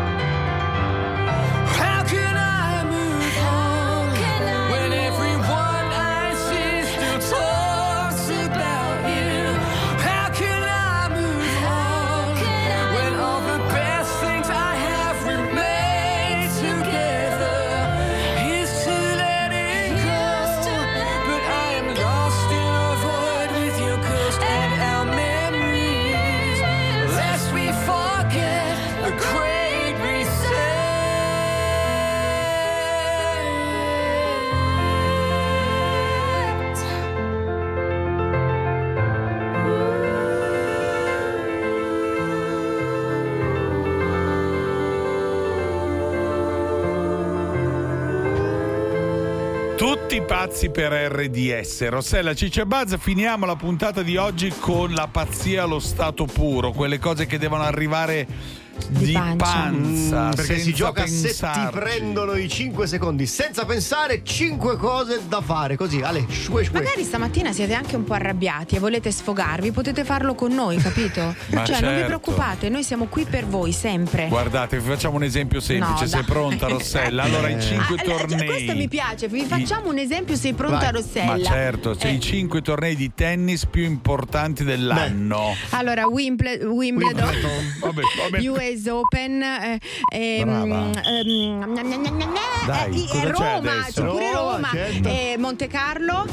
How can I move on when everyone I see still talks about you? How can I move on when all the best things I have we made together? Here's to letting go, but I am lost in a void with your ghost and our memories, lest we forget the great reset. Tutti pazzi per R D S. Rossella, Ciccia e Buzz, finiamo la puntata di oggi con la pazzia allo stato puro, quelle cose che devono arrivare di, Di pancia. panza, Mm, perché si senza gioca se ti pensarci. prendono i cinque secondi senza pensare, cinque cose da fare così. Ale, shue, shue. Magari stamattina siete anche un po' arrabbiati e volete sfogarvi, potete farlo con noi, capito? Ma cioè non vi certo. preoccupate, noi siamo qui per voi sempre. Guardate, vi facciamo un esempio semplice. No, Sei dai. pronta, Rossella? Allora, i cinque Ah, allora, già tornei. questo mi piace, vi facciamo un esempio, sei pronta, Vai. Rossella? Ma certo, c'è Eh. i cinque tornei di tennis più importanti dell'anno. Allora, Wimble- Wimbledon, Vabbè, vabbè. U U S Open, eh, ehm, ehm, Dai, eh, Roma, c'è pure Roma, certo. eh, Monte Carlo,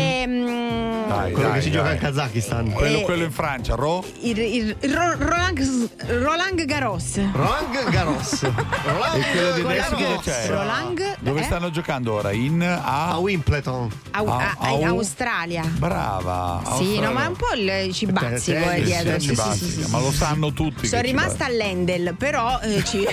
ehm, Dai, quello dai, che si dai. gioca in Kazakistan. Quello, Eh, quello in Francia, Ro? il, il- il Ro- Roland, Roland Garros. Roland Garros. Roland E quello di Con la adesso cosa G. c'è? Roland, Dove eh? stanno giocando ora? In a, a Wimbledon. Au- a- a- a- in Australia. Brava. Sì, Australia. no, ma è un po' il cibazzico Tennis, eh, dietro. Sì, Sì, sì, basta, sì, sì, ma sì. lo sanno tutti. Sono che ci rimasta all'Endel, però eh, ci...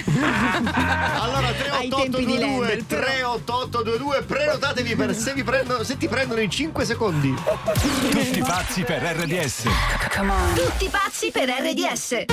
Allora ai tre otto otto tempi di due due Lendel, però- tre otto otto due due prenotatevi per se vi prendono se ti prendono in cinque secondi. Tutti pazzi per R D S. Tutti pazzi per R D S.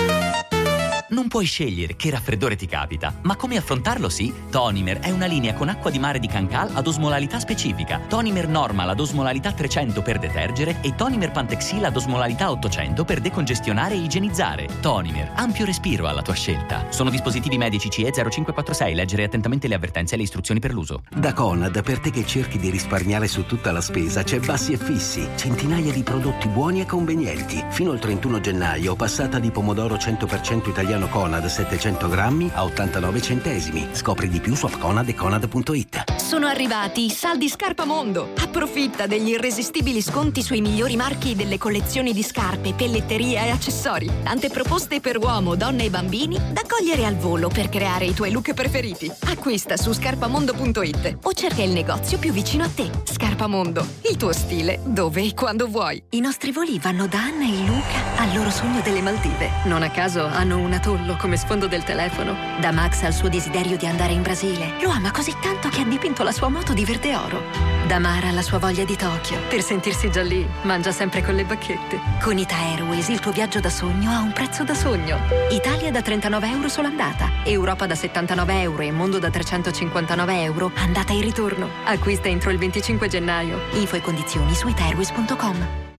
Non puoi scegliere che raffreddore ti capita, ma come affrontarlo sì? Tonimer è una linea con acqua di mare di Cancal ad osmolarità specifica. Tonimer Normal ad osmolarità trecento per detergere e Tonimer Pantexil ad osmolarità ottocento per decongestionare e igienizzare. Tonimer, ampio respiro alla tua scelta. Sono dispositivi medici C E zero cinque quattro sei. Leggere attentamente le avvertenze e le istruzioni per l'uso. Da Conad, per te che cerchi di risparmiare su tutta la spesa, c'è Bassi e Fissi. Centinaia di prodotti buoni e convenienti. Fino al trentuno gennaio, passata di pomodoro cento per cento italiano Conad settecento grammi a ottantanove centesimi. Scopri di più su app Conad e Conad punto it. Sono arrivati i saldi Scarpamondo. Approfitta degli irresistibili sconti sui migliori marchi delle collezioni di scarpe, pelletteria e accessori. Tante proposte per uomo, donne e bambini da cogliere al volo per creare i tuoi look preferiti. Acquista su scarpamondo punto it o cerca il negozio più vicino a te. Scarpamondo, il tuo stile dove e quando vuoi. I nostri voli vanno da Anna e Luca al loro sogno delle Maldive. Non a caso hanno un atollo come sfondo del telefono. Da Max al suo desiderio di andare in Brasile. Lo ama così tanto che ha dipinto la sua moto di verde oro. Da Mara alla sua voglia di Tokyo. Per sentirsi già lì, mangia sempre con le bacchette. Con Ita Airways il tuo viaggio da sogno ha un prezzo da sogno. Italia da trentanove euro sola andata. Europa da settantanove euro e Mondo da trecentocinquantanove euro andata e ritorno. Acquista entro il venticinque gennaio. Info e condizioni su ita airways punto com.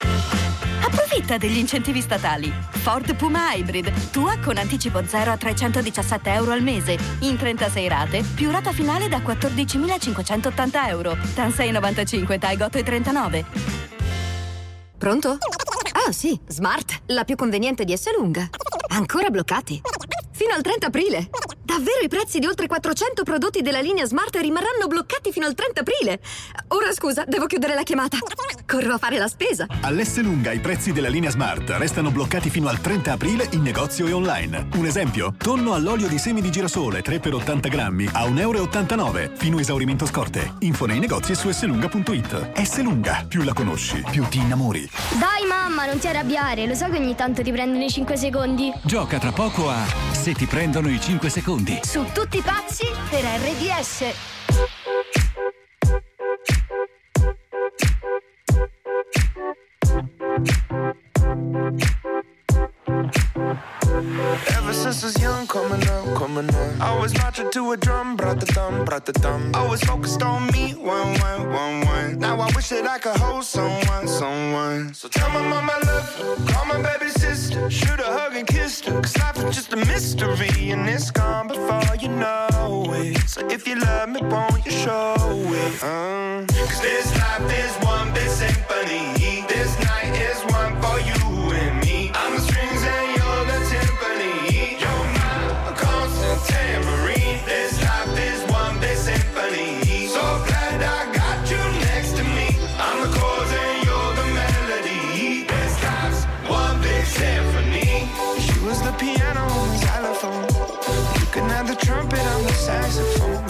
Approfitta degli incentivi statali. Ford Puma Hybrid, tua con anticipo zero a trecentodiciassette euro al mese, in trentasei rate, più rata finale da quattordicimilacinquecentottanta euro. T A N sei virgola novantacinque, T A I otto virgola trentanove. Pronto? Ah sì, Smart, la più conveniente di Esselunga. Ancora bloccati? Fino al trenta aprile. Davvero i prezzi di oltre quattrocento prodotti della linea Smart rimarranno bloccati fino al trenta aprile. Ora scusa, devo chiudere la chiamata. Corro a fare la spesa. All'Esselunga i prezzi della linea Smart restano bloccati fino al trenta aprile in negozio e online. Un esempio? Tonno all'olio di semi di girasole tre per ottanta grammi a un euro e ottantanove, fino a esaurimento scorte. Info nei negozi e su esselunga punto it. Esselunga, più la conosci, più ti innamori. Dai mamma, non ti arrabbiare, lo so che ogni tanto ti prendono i cinque secondi. Gioca tra poco a Se ti prendono i cinque secondi. Su Tutti pazzi per R D S. Ever since I was young, coming up, coming up, I was marching to a drum, brought the thumb, brought the thumb. Always focused on me, one, one, one, one. Now I wish that I could hold someone, someone. So tell my mama I love her, call my baby sister, shoot a hug and kiss her. Cause life is just a mystery and it's gone before you know it. So if you love me, won't you show it? Uh. Cause this life is one big symphony. This night is one for you and me. I'm the strings and you're the timpani. You're my constant tambourine. This life is one big symphony. So glad I got you next to me. I'm the chords and you're the melody. This life's one big symphony. She was the piano and the xylophone. You can have the trumpet on the saxophone.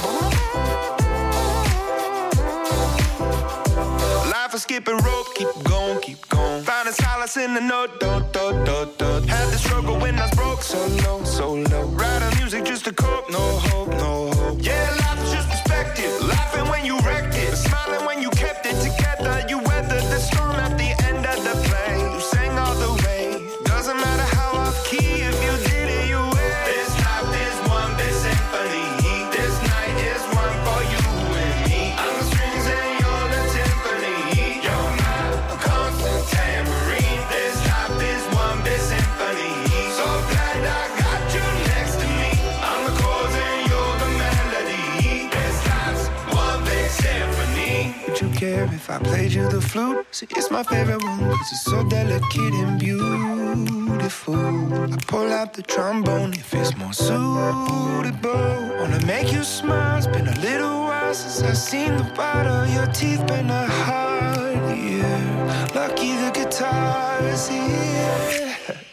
Life is skipping rope, keep going, keep going. Finding solace in the note, do, do, do, do. Had the struggle when I was broke, so low, so low. Writing music just to cope, no hope, no hope. Yeah, life is just perspective. Laughing when you wrecked it, smiling when you kept it together. You weathered the storm at the end of the play. You sang all the way. Doesn't matter how off key, if you did it, you win. This life is one big symphony. This night is one for you and me. I'm the strings and you're the timpani. You're my constant tambourine. This life is one big symphony. So glad I got you next to me. I'm the chords and you're the melody. This life's one big symphony. Would you care if I played you the flute? See, it's my favorite one, cause it's so delicate and beautiful. fool. I pull out the trombone if it's more suitable. Wanna make you smile, it's been a little while since I've seen the white of your teeth. Been a hard year, lucky the guitar is here.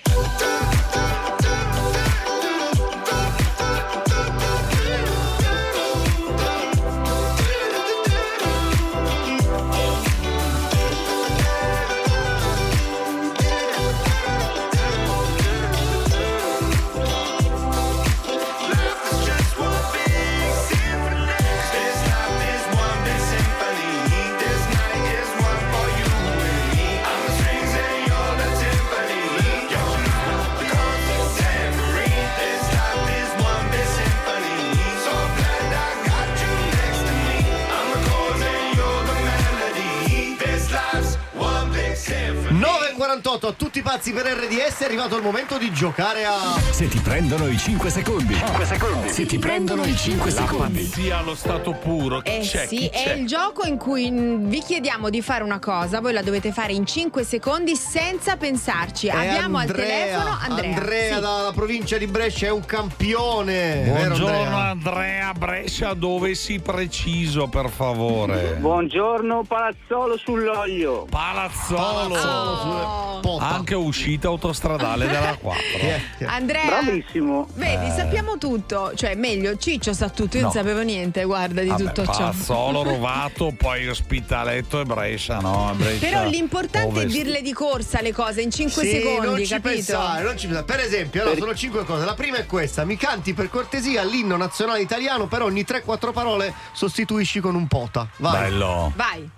quarantotto a tutti pazzi per R D S, è arrivato il momento di giocare a Se ti prendono i cinque secondi. cinque secondi. Se ti prendono i cinque secondi. Sia allo stato puro. Chi Eh c'è? sì, Chi è c'è? il gioco in cui mh, vi chiediamo di fare una cosa, voi la dovete fare in cinque secondi senza pensarci. È Abbiamo Andrea, al telefono Andrea. Andrea Sì. dalla provincia di Brescia, è un campione. Vero, Buongiorno Andrea? Andrea Brescia, dove si preciso per favore? Buongiorno Palazzolo sull'olio. Palazzolo. Oh. Anche uscita autostradale della quattro. Andrea, bravissimo. Vedi, Eh. sappiamo tutto, cioè meglio, Ciccio sa tutto, io No. non sapevo niente, guarda, di Vabbè, tutto ciò. Palazzolo, Rovato, poi Ospitaletto e Brescia, no? Brescia, Però l'importante ovest. è dirle di corsa le cose in cinque Sì, secondi, non ci capito? pensare, non ci pensare. Per esempio, allora, Per- sono cinque cose. La prima è questa: mi canti per cortesia l'inno nazionale italiano, per ogni tre quattro parole sostituisci con un pota. Vai. Bello. Vai.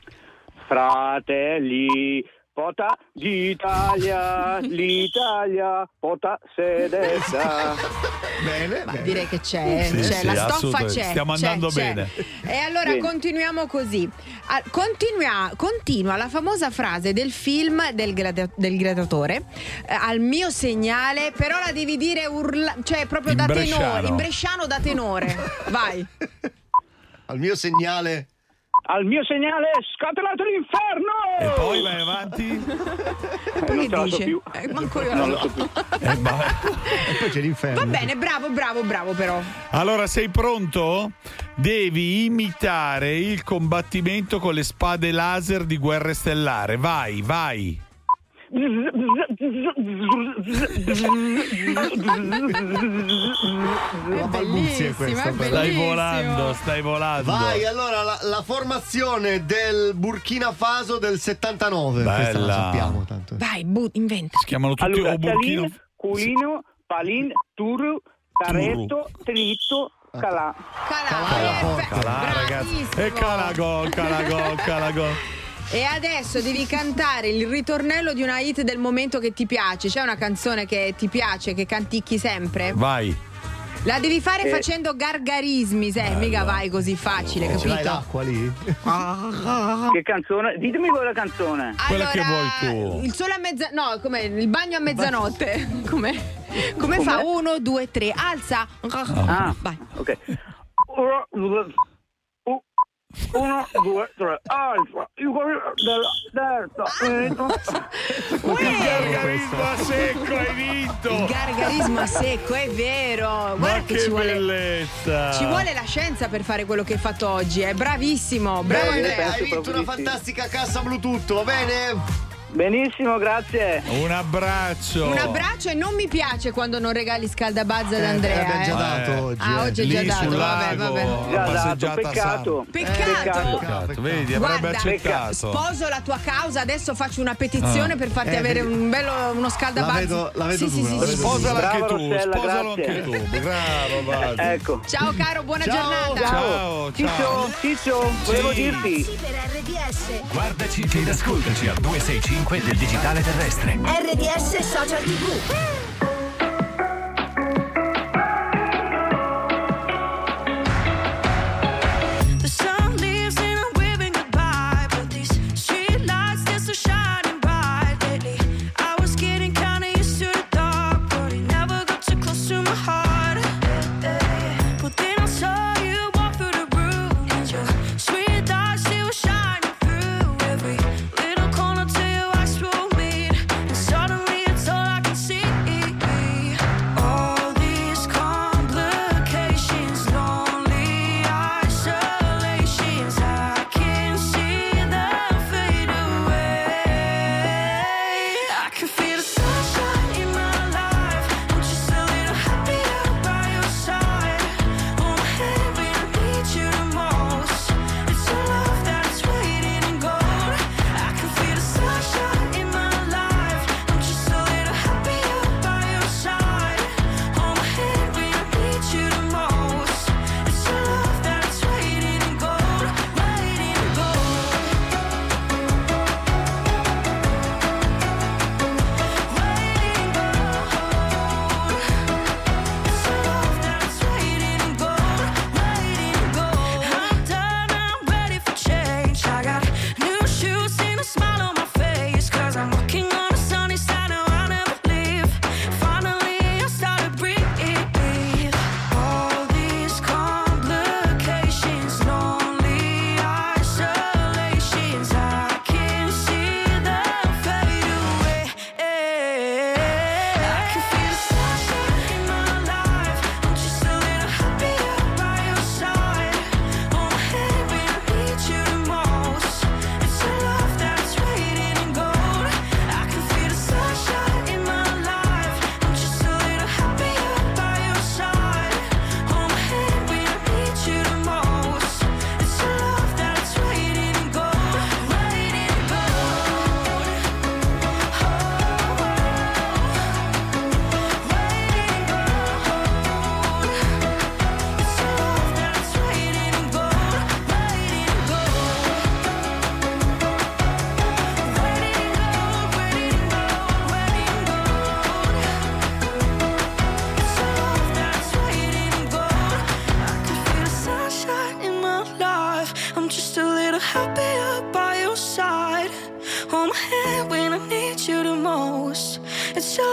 Fratelli, pota d'Italia, l'Italia, pota sedessa. Bene, Ma bene. direi che c'è, Sì, c'è sì, la stoffa assolutamente. c'è. Stiamo c'è, andando c'è. bene. E allora Bene. continuiamo così. Ah, Continua, continua la famosa frase del film del, gladi- del gladiatore, eh, al mio segnale, però la devi dire urla, cioè proprio In da bresciano. tenore, in bresciano da tenore. Vai. Al mio segnale. Al mio segnale scatenate l'inferno! E poi vai avanti. Eh, non che te la so dice? più. Eh, manco io Non lo lo so più. Eh, ma- E poi c'è l'inferno. Va bene, bravo, bravo, bravo però. Allora, sei pronto? Devi imitare il combattimento con le spade laser di Guerre Stellare. Vai, vai. Una balbuzia è questa, bellissimo, è però. Stai bellissimo. volando, stai volando. Vai, allora la, la formazione del Burkina Faso del settantanove. Questa la Bella. sappiamo tanto. Vai, bu- inventa. Si chiamano tutti Allora, o Burkina. Talin, Culino, Palin, Turu, Taretto, Tenitto, Calà. Calà, Calà, perfetto, Calà, ragazzi. bravissimo. E Calagol, Calagol, Calagol. E adesso devi cantare il ritornello di una hit del momento che ti piace. C'è una canzone che ti piace, che canticchi sempre? Vai. La devi fare Eh. facendo gargarismi, se mica vai così facile, Ce l'hai capito? l'acqua lì? Che canzone? Ditemi quella canzone. Quella che Allora, vuoi tu. il sole a mezza... No, com'è? Il bagno a mezzanotte. Come? Come fa? Uno, due, tre. Alza. Ah, Vai. ok. Uno, due, uno, due, tre. Alfa, il corriere della destra. Il gargarismo a secco, hai vinto. Il gargarismo a secco, è vero. Guarda Ma che, che ci vuole. bellezza. Ci vuole la scienza per fare quello che hai fatto oggi, è bravissimo, bravo Bene, Andrea. hai vinto una fantastica cassa Bluetooth, va bene? Benissimo, grazie. Un abbraccio. Un abbraccio e non mi piace quando non regali scaldabazz ad Andrea. abbiamo eh. già dato Eh. oggi. Ah, eh. oggi è Lì già dato, sul vabbè, lago, vabbè. Già una dato, passeggiata peccato. Peccato. Peccato, vedi, avrebbe Guarda, accettato. sposo la tua causa, adesso faccio una petizione Ah. per farti Eh, avere vedi. un bello uno scaldabazz. La vedo- la vedo sì, sì, dura, sì, la sì, vedo sì, dura. sì. Sposalo anche Brava tu, Rossella, sposalo grazie. anche tu. Bravo, Basi. Ecco. Ciao caro, buona Ciao, giornata. Ciao, Ciccio, ciao. Ciccio, volevo Sì. dirti. Per R D S. Guardaci ed ascoltaci al duecentosessantacinque del digitale terrestre. R D S Social T V. The sun leaves and I'm waving goodbye, but these street lights they're so shining bright lately. I was getting kinda used to the dark, but it never got too close to my heart. But then I saw you walk through the room, and your sweet lights they were shining through every little corner till your eyes roll me, and suddenly it's all I can see.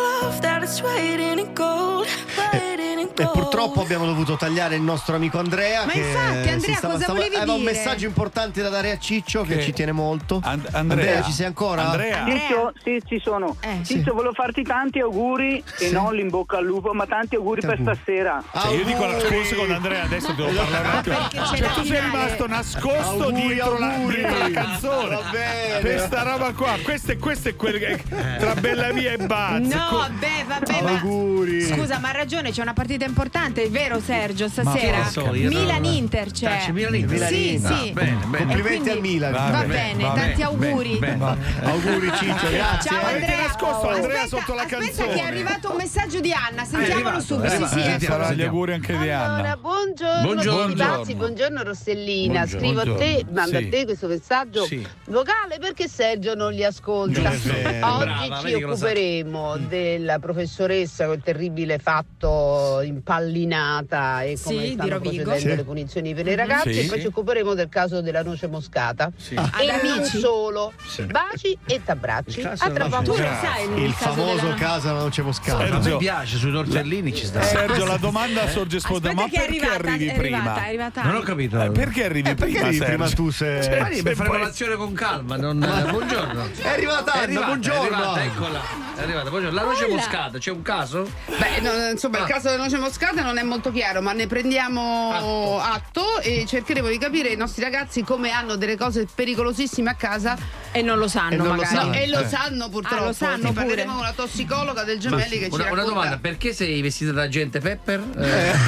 love that is waiting in gold, waiting in gold. E purtroppo abbiamo dovuto tagliare il nostro amico Andrea. Ma che infatti, Andrea, si stava, cosa stava, volevi aveva dire? un messaggio importante da dare a Ciccio che, Che- ci tiene molto. And- Andrea, Andrea, ci sei ancora? Andrea. Ciccio, sì, ci sono. Eh, Ciccio, volevo farti tanti auguri Sì. e non l'in bocca al lupo, ma tanti auguri per Auguri. stasera. Cioè, io dico scusa un secondo Andrea, adesso devo parlare un attimo. perché c'è Cioè la tu sei finale. rimasto nascosto Auguri, dietro, la, auguri. dietro la canzone. Va bene. Questa roba qua, questo è, questo è quel che tra Bella Via e Baz. No, Co- vabbè, vabbè, ma Auguri. scusa, ma ha ragione, c'è una partita importante, è vero Sergio, stasera? Ma che so, io non- Milan-Inter c'è. Ah, c'è Milan-Inter? Sì, Milan-Inter. sì. Ah, bene, bene. Complimenti E quindi- al Milan. Va, Va bene, bene, tanti va auguri. bene, Va- Auguri Ciccio, grazie. Ciao Avete Andrea. nascosto Andrea Aspetta, sotto la aspetta canzone. che è arrivato un messaggio di Anna, sentiamolo arrivato, subito. è Sì, arrivato. sì, Sentiamo, ecco. Farà gli auguri anche di Anna. Allora, buongiorno, Buongiorno. tutti pazzi, buongiorno Rossellina. Buongiorno. Scrivo a te, Buongiorno. mando Sì. a te questo messaggio Sì. vocale perché Sergio non li ascolta. Non è vero. Oggi Brava, ci vedi che lo sa. occuperemo della professoressa con il terribile fatto impallinata e come Sì, di stanno Rovigo. procedendo Sì. le punizioni per i ragazzi Sì. e poi ci occuperemo del caso della noce moscata. Sì. E Ad non amici? solo, Sì. baci e t'abbracci. Il caso A della tra noce poco. Tu lo sai il, Il caso famoso della... caso della noce moscata. A Sergio. me piace, sui tortellini ci sta. Sergio, la domanda sorge spontanea. Aspetta Ma che è perché arrivata, arrivi è prima? arrivata, è arrivata. Non ho capito. Eh, perché arrivi Eh, perché prima, arrivi prima Sergio? tu se... Cioè, Guardi, per se fare poi- colazione con calma, non... eh, buongiorno. È arrivata È Anna, arrivata, buongiorno. È arrivata, eccola. È arrivata, buongiorno. La noce Hola. moscata, c'è un caso? Beh, no, insomma, Ah. il caso della noce moscata non è molto chiaro, ma ne prendiamo atto, e cercheremo di capire i nostri ragazzi come hanno delle cose pericolosissime a casa E non lo sanno E non lo magari. sanno. no, e lo Eh. sanno purtroppo. Ah, lo sanno Sì, pure. parleremo con una tossicologa del Gemelli che ci Una, una racconta. domanda, perché sei vestita da agente Pepper? Eh,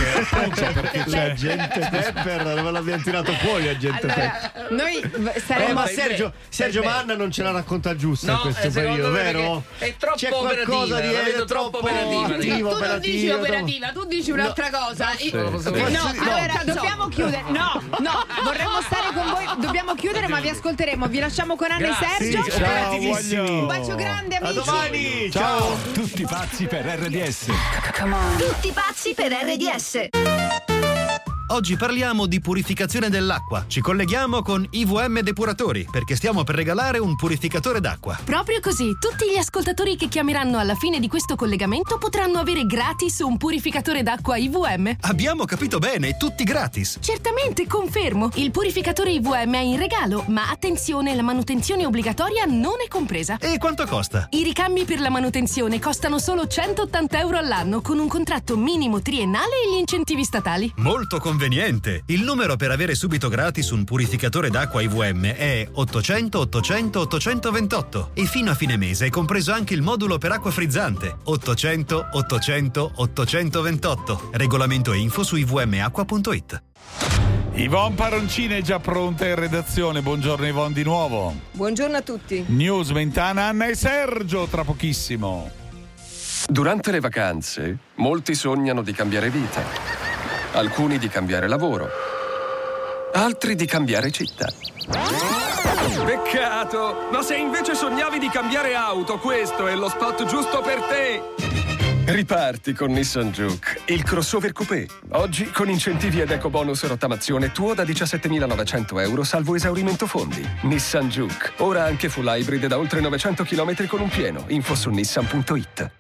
perché c'è Agente Pepper, dove l'abbiamo tirato fuori Agente Pepper? Allora, noi v- Eh, staremo... ma fai Sergio, bene, Sergio fai bene. Manna non ce la racconta giusta No, in questo eh, secondo periodo, me vero? perché è troppo C'è qualcosa operativa, di la è vedo troppo troppo operativa. attivo, tu non dici operativo, operativa, tu dici un'altra cosa. Sì. Io- Sì. No, No, allora, allora dobbiamo chiudere. No, no, vorremmo stare con voi. Dobbiamo chiudere, ma vi ascolteremo. Vi lasciamo con Anna Grazie. e Sergio. Sì, Ciao, operativissimi. voglio. Un bacio grande, A amici. domani, Ciao. ciao. Tutti pazzi per R D S. Tutti pazzi per R D S. Oggi parliamo di purificazione dell'acqua. Ci colleghiamo con I V M Depuratori perché stiamo per regalare un purificatore d'acqua. Proprio così, tutti gli ascoltatori che chiameranno alla fine di questo collegamento potranno avere gratis un purificatore d'acqua I V M. Abbiamo capito bene, tutti gratis. Certamente, confermo. Il purificatore I V M è in regalo, ma attenzione, la manutenzione obbligatoria non è compresa. E quanto costa? I ricambi per la manutenzione costano solo centottanta euro all'anno con un contratto minimo triennale e gli incentivi statali. Molto conveniente. Il numero per avere subito gratis un purificatore d'acqua I V M è ottocento ottocento ottocentoventotto e fino a fine mese è compreso anche il modulo per acqua frizzante ottocento ottocento ottocentoventotto. Regolamento e info su i v m acqua punto i t. Yvonne Paroncini è già pronta in redazione. Buongiorno Yvonne di nuovo. Buongiorno a tutti. News Mentana, Anna e Sergio tra pochissimo. Durante le vacanze, molti sognano di cambiare vita. Alcuni di cambiare lavoro. Altri di cambiare città. Peccato! Ma se invece sognavi di cambiare auto, questo è lo spot giusto per te! Riparti con Nissan Juke, il crossover coupé. Oggi con incentivi ed ecobonus rottamazione tuo da diciassettemilanovecento euro salvo esaurimento fondi. Nissan Juke, ora anche full hybrid da oltre novecento chilometri con un pieno. Info su nissan punto i t.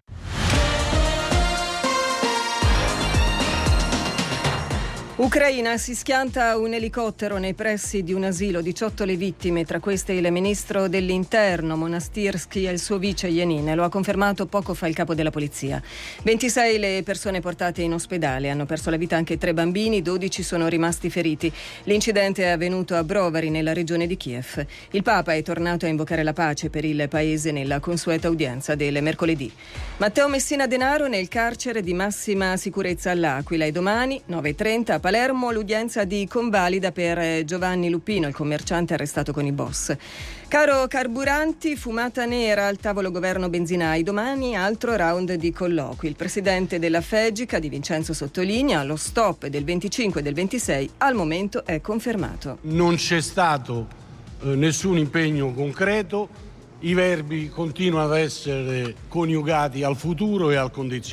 Ucraina, si schianta un elicottero nei pressi di un asilo, diciotto le vittime, tra queste il ministro dell'interno Monastirsky e il suo vice Yanin, lo ha confermato poco fa il capo della polizia. ventisei le persone portate in ospedale, hanno perso la vita anche tre bambini, dodici sono rimasti feriti. L'incidente è avvenuto a Brovary, nella regione di Kiev. Il Papa è tornato a invocare la pace per il paese nella consueta udienza del mercoledì. Matteo Messina Denaro nel carcere di massima sicurezza all'Aquila e domani, nove e trenta, a Palermo, l'udienza di convalida per Giovanni Lupino, il commerciante arrestato con i boss. Caro carburanti, fumata nera al tavolo governo benzinai. Domani altro round di colloqui. Il presidente della Fegica, Di Vincenzo, sottolinea lo stop del venticinque e del ventisei al momento è confermato. Non c'è stato eh, nessun impegno concreto. I verbi continuano ad essere coniugati al futuro e al condizionale.